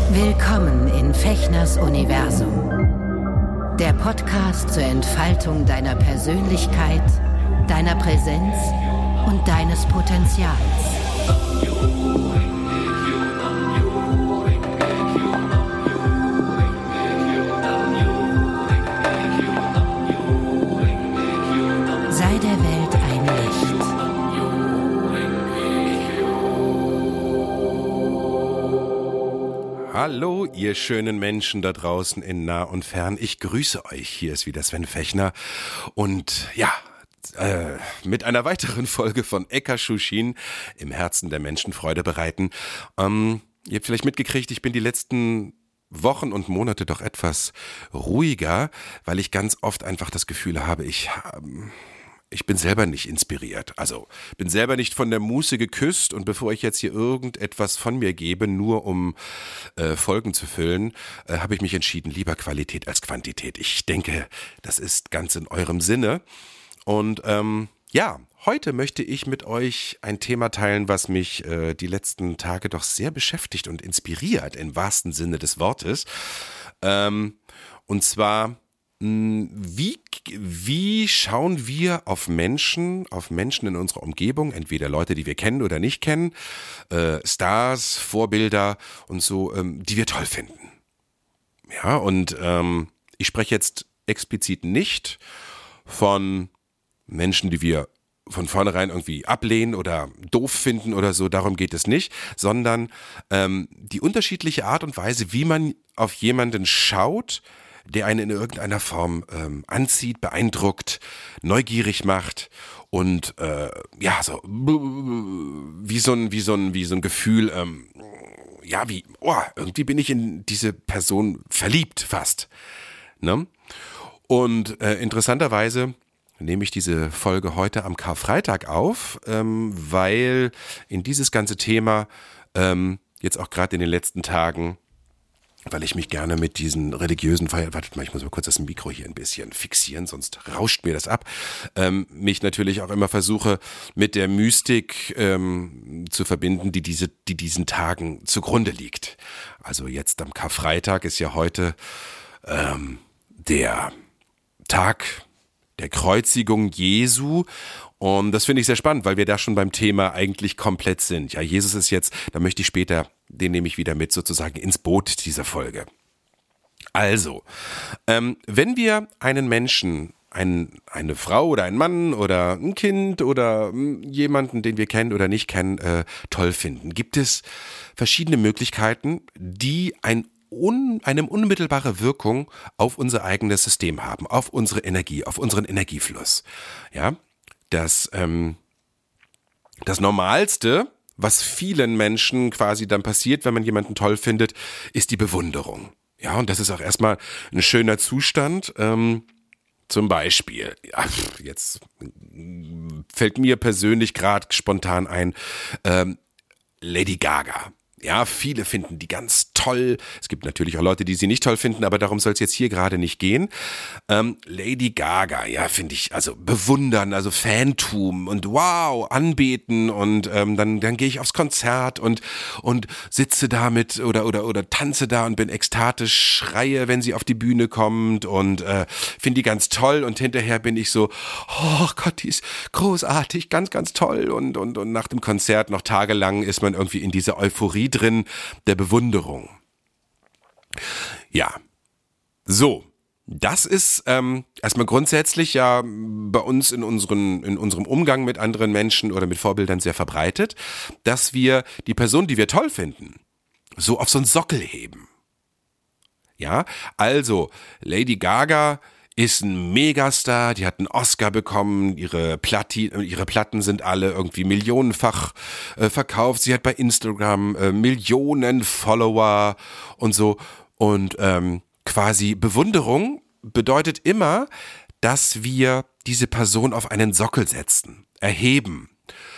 Willkommen in Fechners Universum. Der Podcast zur Entfaltung deiner Persönlichkeit, deiner Präsenz und deines Potenzials. Sei der Welt ein Licht. Hallo, ihr schönen Menschen da draußen in nah und fern. Ich grüße euch. Hier ist wieder Sven Fechner und ja, mit einer weiteren Folge von Eka-Shuushin im Herzen der Menschen Freude bereiten. Ihr habt vielleicht mitgekriegt, ich bin die letzten Wochen und Monate doch etwas ruhiger, weil ich ganz oft einfach das Gefühl habe, ich bin selber nicht inspiriert, also bin selber nicht von der Muse geküsst, und bevor ich jetzt hier irgendetwas von mir gebe, nur um Folgen zu füllen, habe ich mich entschieden, lieber Qualität als Quantität. Ich denke, das ist ganz in eurem Sinne. Und heute möchte ich mit euch ein Thema teilen, was mich die letzten Tage doch sehr beschäftigt und inspiriert, im wahrsten Sinne des Wortes. Und zwar: Wie schauen wir auf Menschen in unserer Umgebung, entweder Leute, die wir kennen oder nicht kennen, Stars, Vorbilder und so, die wir toll finden. Ja, und ich spreche jetzt explizit nicht von Menschen, die wir von vornherein irgendwie ablehnen oder doof finden oder so, darum geht es nicht, sondern die unterschiedliche Art und Weise, wie man auf jemanden schaut, der einen in irgendeiner Form anzieht, beeindruckt, neugierig macht und so wie so ein Gefühl, irgendwie bin ich in diese Person verliebt fast. Ne? Und interessanterweise nehme ich diese Folge heute am Karfreitag auf, weil in dieses ganze Thema jetzt auch gerade in den letzten Tagen, weil ich mich gerne mit diesen religiösen Feiern, wartet mal, ich muss mal kurz das Mikro hier ein bisschen fixieren, sonst rauscht mir das ab, mich natürlich auch immer versuche, mit der Mystik zu verbinden, die diesen Tagen zugrunde liegt. Also jetzt am Karfreitag ist ja heute der Tag der Kreuzigung Jesu. Und das finde ich sehr spannend, weil wir da schon beim Thema eigentlich komplett sind. Ja, Jesus ist jetzt, da möchte ich später, den nehme ich wieder mit sozusagen ins Boot dieser Folge. Also, wenn wir einen Menschen, eine Frau oder einen Mann oder ein Kind oder jemanden, den wir kennen oder nicht kennen, toll finden, gibt es verschiedene Möglichkeiten, die eine unmittelbare Wirkung auf unser eigenes System haben, auf unsere Energie, auf unseren Energiefluss. Ja, das Normalste, was vielen Menschen quasi dann passiert, wenn man jemanden toll findet, ist die Bewunderung. Ja, und das ist auch erstmal ein schöner Zustand. Zum Beispiel, jetzt fällt mir persönlich gerade spontan ein, Lady Gaga. Ja, viele finden die ganz toll. Es gibt natürlich auch Leute, die sie nicht toll finden, aber darum soll es jetzt hier gerade nicht gehen. Lady Gaga, ja, finde ich, also bewundern, also Fantum und wow, anbeten, und dann gehe ich aufs Konzert und sitze da mit oder tanze da und bin ekstatisch, schreie, wenn sie auf die Bühne kommt, und finde die ganz toll, und hinterher bin ich so, oh Gott, die ist großartig, ganz, ganz toll, und nach dem Konzert noch tagelang ist man irgendwie in dieser Euphorie drin, der Bewunderung. Ja, so, das ist erstmal grundsätzlich ja bei uns in unserem Umgang mit anderen Menschen oder mit Vorbildern sehr verbreitet, dass wir die Person, die wir toll finden, so auf so einen Sockel heben. Ja, also Lady Gaga ist ein Megastar, die hat einen Oscar bekommen, ihre Platten sind alle irgendwie millionenfach verkauft, sie hat bei Instagram Millionen Follower und so, und quasi Bewunderung bedeutet immer, dass wir diese Person auf einen Sockel setzen, erheben,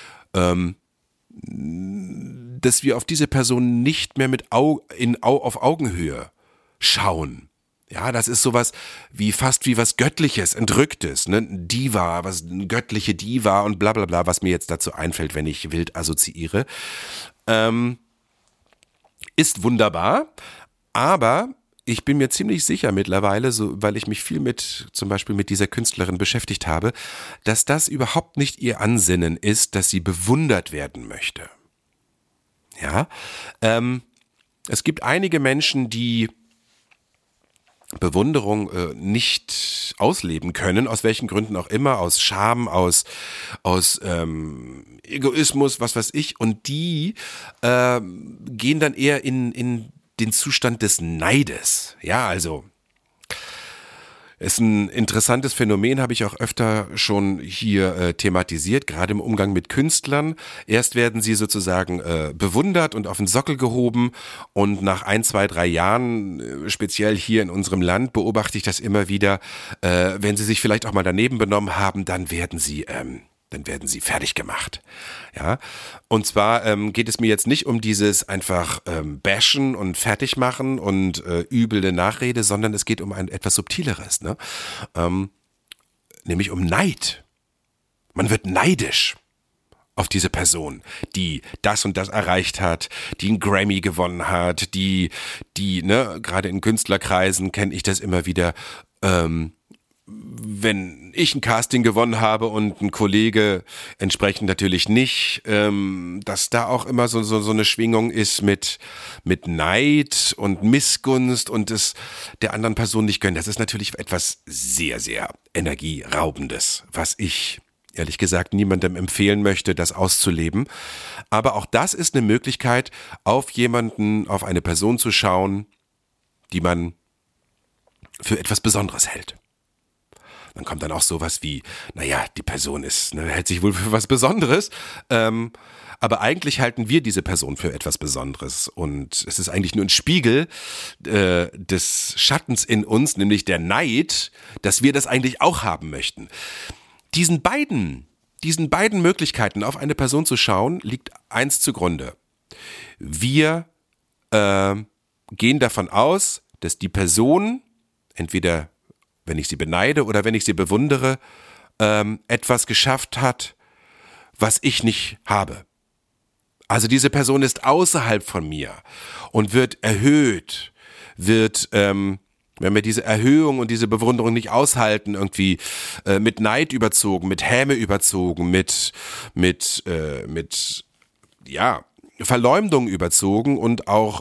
dass wir auf diese Person nicht mehr auf Augenhöhe schauen. Ja, das ist sowas fast wie was Göttliches, Entrücktes, ne? Diva, was eine göttliche Diva und bla bla bla, was mir jetzt dazu einfällt, wenn ich wild assoziiere. ist wunderbar, aber ich bin mir ziemlich sicher mittlerweile, so, weil ich mich viel zum Beispiel mit dieser Künstlerin beschäftigt habe, dass das überhaupt nicht ihr Ansinnen ist, dass sie bewundert werden möchte. Ja, es gibt einige Menschen, die Bewunderung nicht ausleben können, aus welchen Gründen auch immer, aus Scham, aus Egoismus, was weiß ich, und die gehen dann eher in den Zustand des Neides. Ja, also ist ein interessantes Phänomen, habe ich auch öfter schon hier thematisiert, gerade im Umgang mit Künstlern. Erst werden sie sozusagen bewundert und auf den Sockel gehoben und nach 1, 2, 3 Jahren, speziell hier in unserem Land, beobachte ich das immer wieder, wenn sie sich vielleicht auch mal daneben benommen haben, dann werden sie fertig gemacht. Ja, und zwar geht es mir jetzt nicht um dieses einfach bashen und fertig machen und üble Nachrede, sondern es geht um ein etwas Subtileres, ne? Nämlich um Neid. Man wird neidisch auf diese Person, die das und das erreicht hat, die einen Grammy gewonnen hat, die, ne, gerade in Künstlerkreisen kenne ich das immer wieder, wenn ich ein Casting gewonnen habe und ein Kollege entsprechend natürlich nicht, dass da auch immer so eine Schwingung ist mit Neid und Missgunst und es der anderen Person nicht gönnen. Das ist natürlich etwas sehr, sehr Energieraubendes, was ich ehrlich gesagt niemandem empfehlen möchte, das auszuleben. Aber auch das ist eine Möglichkeit, auf eine Person zu schauen, die man für etwas Besonderes hält. Dann kommt dann auch sowas wie, naja, die Person hält sich wohl für was Besonderes, aber eigentlich halten wir diese Person für etwas Besonderes und es ist eigentlich nur ein Spiegel des Schattens in uns, nämlich der Neid, dass wir das eigentlich auch haben möchten. Diesen beiden Möglichkeiten, auf eine Person zu schauen, liegt eins zugrunde. Wir gehen davon aus, dass die Person entweder, wenn ich sie beneide oder wenn ich sie bewundere, etwas geschafft hat, was ich nicht habe. Also diese Person ist außerhalb von mir und wird erhöht, wenn wir diese Erhöhung und diese Bewunderung nicht aushalten, irgendwie mit Neid überzogen, mit Häme überzogen, mit Verleumdung überzogen und auch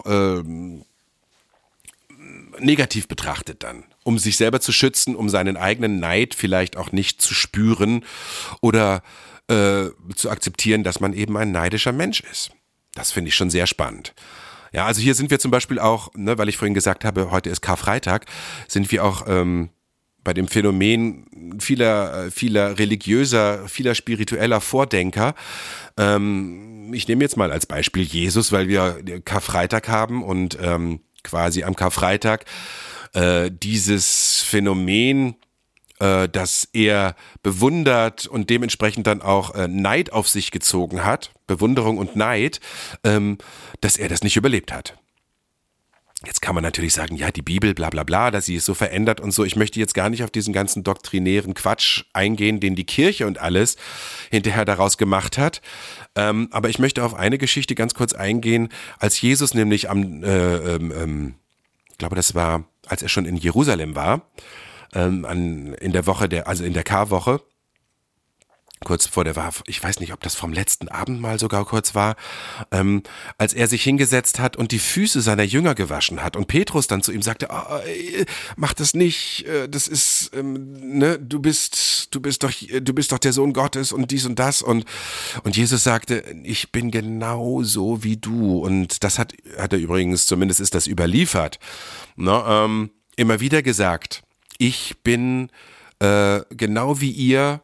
negativ betrachtet dann, um sich selber zu schützen, um seinen eigenen Neid vielleicht auch nicht zu spüren oder zu akzeptieren, dass man eben ein neidischer Mensch ist. Das finde ich schon sehr spannend. Ja, also hier sind wir zum Beispiel auch, ne, weil ich vorhin gesagt habe, heute ist Karfreitag, sind wir auch bei dem Phänomen vieler religiöser, vieler spiritueller Vordenker. Ich nehme jetzt mal als Beispiel Jesus, weil wir Karfreitag haben und quasi am Karfreitag dieses Phänomen, dass er bewundert und dementsprechend dann auch Neid auf sich gezogen hat, Bewunderung und Neid, dass er das nicht überlebt hat. Jetzt kann man natürlich sagen, ja, die Bibel, bla bla bla, dass sie es so verändert und so. Ich möchte jetzt gar nicht auf diesen ganzen doktrinären Quatsch eingehen, den die Kirche und alles hinterher daraus gemacht hat. Aber ich möchte auf eine Geschichte ganz kurz eingehen, als Jesus nämlich ich glaube, das war, als er schon in Jerusalem war, in der Woche, also in der Karwoche, kurz vor ich weiß nicht, ob das vom letzten Abendmahl sogar kurz war, als er sich hingesetzt hat und die Füße seiner Jünger gewaschen hat und Petrus dann zu ihm sagte, mach das nicht, das ist, ne, du bist doch der Sohn Gottes und dies und das und Jesus sagte, ich bin genauso wie du und das hat er übrigens, zumindest ist das überliefert, ne, immer wieder gesagt, ich bin genau wie ihr,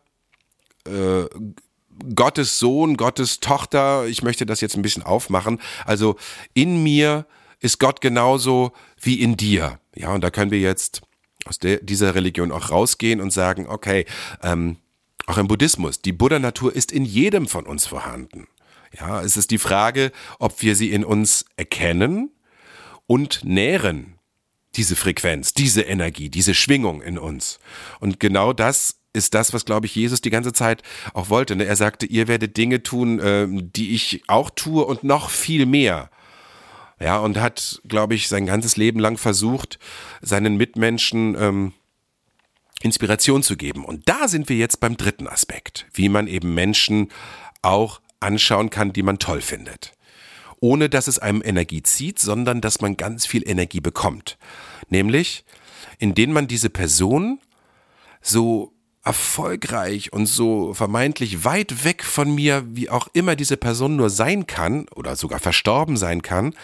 Gottes Sohn, Gottes Tochter, ich möchte das jetzt ein bisschen aufmachen, also in mir ist Gott genauso wie in dir. Ja, und da können wir jetzt aus dieser Religion auch rausgehen und sagen, okay, auch im Buddhismus, die Buddha-Natur ist in jedem von uns vorhanden. Ja, es ist die Frage, ob wir sie in uns erkennen und nähren, diese Frequenz, diese Energie, diese Schwingung in uns. Und genau das ist das, was, glaube ich, Jesus die ganze Zeit auch wollte. Er sagte, ihr werdet Dinge tun, die ich auch tue und noch viel mehr. Ja, und hat, glaube ich, sein ganzes Leben lang versucht, seinen Mitmenschen Inspiration zu geben. Und da sind wir jetzt beim dritten Aspekt, wie man eben Menschen auch anschauen kann, die man toll findet. Ohne dass es einem Energie zieht, sondern dass man ganz viel Energie bekommt. Nämlich, indem man diese Person so erfolgreich und so vermeintlich weit weg von mir, wie auch immer diese Person nur sein kann oder sogar verstorben sein kann,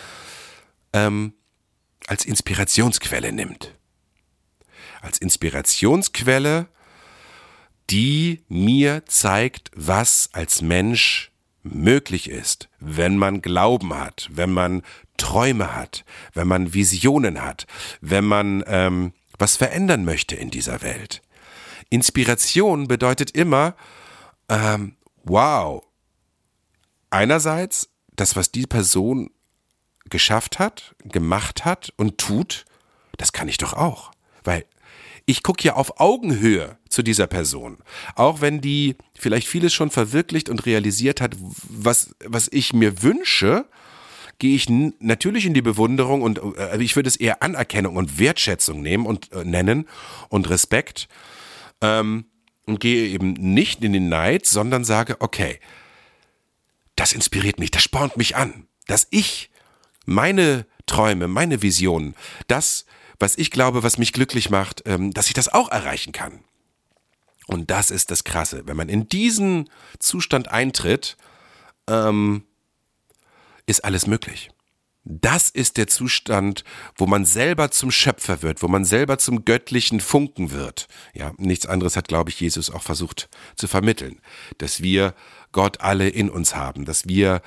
als Inspirationsquelle nimmt. Als Inspirationsquelle, die mir zeigt, was als Mensch möglich ist, wenn man Glauben hat, wenn man Träume hat, wenn man Visionen hat, wenn man was verändern möchte in dieser Welt. Inspiration bedeutet immer, wow, einerseits das, was die Person geschafft hat, gemacht hat und tut, das kann ich doch auch, weil ich gucke ja auf Augenhöhe zu dieser Person. Auch wenn die vielleicht vieles schon verwirklicht und realisiert hat, was ich mir wünsche, gehe ich natürlich in die Bewunderung und ich würde es eher Anerkennung und Wertschätzung nehmen und nennen und Respekt und gehe eben nicht in den Neid, sondern sage, okay, das inspiriert mich, das spornt mich an, dass ich meine Träume, meine Visionen, das, was ich glaube, was mich glücklich macht, dass ich das auch erreichen kann. Und das ist das Krasse. Wenn man in diesen Zustand eintritt, ist alles möglich. Das ist der Zustand, wo man selber zum Schöpfer wird, wo man selber zum göttlichen Funken wird. Ja, nichts anderes hat, glaube ich, Jesus auch versucht zu vermitteln. Dass wir Gott alle in uns haben, dass wir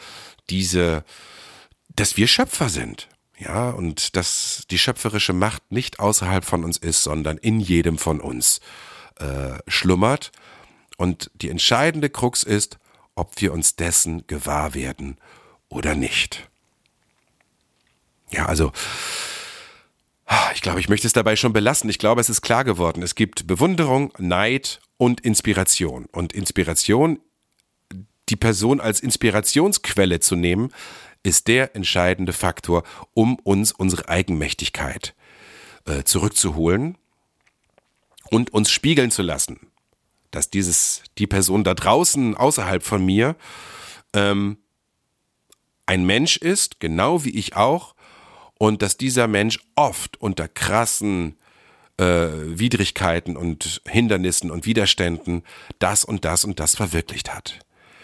Schöpfer sind. Ja, und dass die schöpferische Macht nicht außerhalb von uns ist, sondern in jedem von uns schlummert. Und die entscheidende Krux ist, ob wir uns dessen gewahr werden oder nicht. Ja, also ich glaube, ich möchte es dabei schon belassen. Ich glaube, es ist klar geworden. Es gibt Bewunderung, Neid und Inspiration. Und Inspiration, die Person als Inspirationsquelle zu nehmen, ist der entscheidende Faktor, um uns unsere Eigenmächtigkeit zurückzuholen und uns spiegeln zu lassen, dass die Person da draußen, außerhalb von mir, ein Mensch ist, genau wie ich auch, und dass dieser Mensch oft unter krassen Widrigkeiten und Hindernissen und Widerständen das und das und das verwirklicht hat.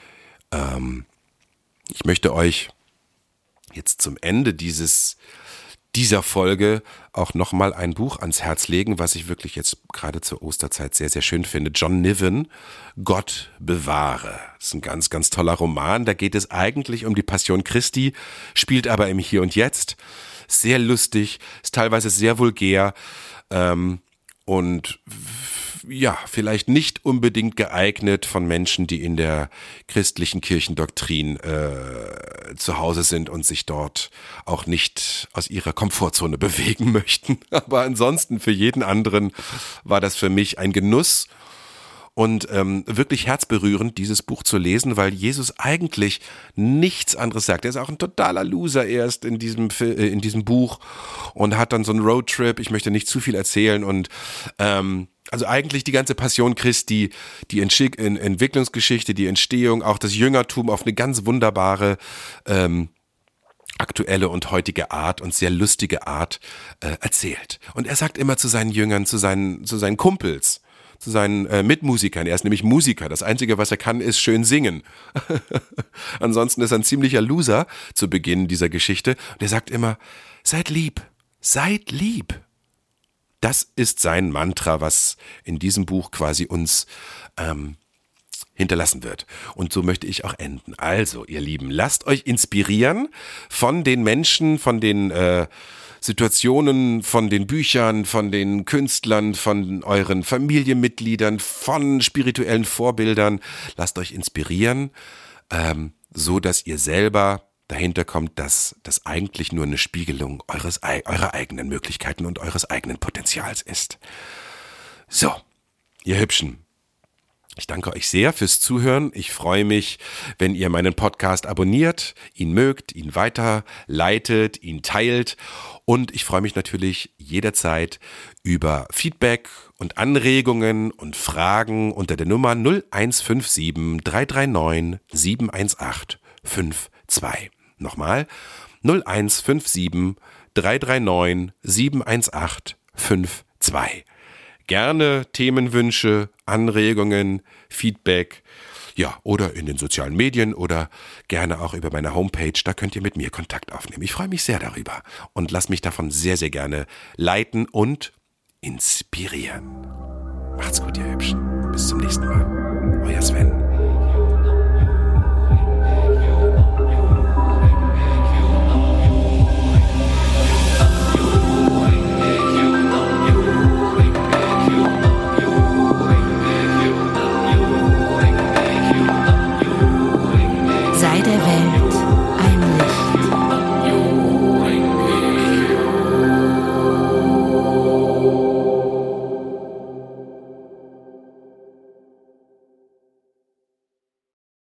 Ich möchte euch jetzt zum Ende dieser Folge auch nochmal ein Buch ans Herz legen, was ich wirklich jetzt gerade zur Osterzeit sehr, sehr schön finde. John Niven, Gott bewahre. Das ist ein ganz, ganz toller Roman. Da geht es eigentlich um die Passion Christi, spielt aber im Hier und Jetzt. Sehr lustig, ist teilweise sehr vulgär und ja, vielleicht nicht unbedingt geeignet von Menschen, die in der christlichen Kirchendoktrin zu Hause sind und sich dort auch nicht aus ihrer Komfortzone bewegen möchten. Aber ansonsten für jeden anderen war das für mich ein Genuss und wirklich herzberührend, dieses Buch zu lesen, weil Jesus eigentlich nichts anderes sagt. Er ist auch ein totaler Loser erst in diesem Buch und hat dann so einen Roadtrip. Ich möchte nicht zu viel erzählen und also eigentlich die ganze Passion Christi, die Entwicklungsgeschichte, die Entstehung, auch das Jüngertum auf eine ganz wunderbare, aktuelle und heutige Art und sehr lustige Art erzählt. Und er sagt immer zu seinen Jüngern, zu seinen Kumpels, zu seinen Mitmusikern, er ist nämlich Musiker, das Einzige, was er kann, ist schön singen. Ansonsten ist er ein ziemlicher Loser zu Beginn dieser Geschichte. Und er sagt immer, seid lieb, seid lieb. Das ist sein Mantra, was in diesem Buch quasi uns hinterlassen wird. Und so möchte ich auch enden. Also, ihr Lieben, lasst euch inspirieren von den Menschen, von den Situationen, von den Büchern, von den Künstlern, von euren Familienmitgliedern, von spirituellen Vorbildern. Lasst euch inspirieren, so dass ihr selber dahinter kommt, dass das eigentlich nur eine Spiegelung eurer eigenen Möglichkeiten und eures eigenen Potenzials ist. So, ihr Hübschen, Ich danke euch sehr fürs Zuhören. Ich freue mich, wenn ihr meinen Podcast abonniert, ihn mögt, ihn weiterleitet, ihn teilt. Und ich freue mich natürlich jederzeit über Feedback und Anregungen und Fragen unter der Nummer 0157 339 718 52. Nochmal 0157 339 718 52. Gerne Themenwünsche, Anregungen, Feedback, ja, oder in den sozialen Medien oder gerne auch über meine Homepage. Da könnt ihr mit mir Kontakt aufnehmen. Ich freue mich sehr darüber und lasst mich davon sehr, sehr gerne leiten und inspirieren. Macht's gut, ihr Hübschen. Bis zum nächsten Mal. Euer Sven.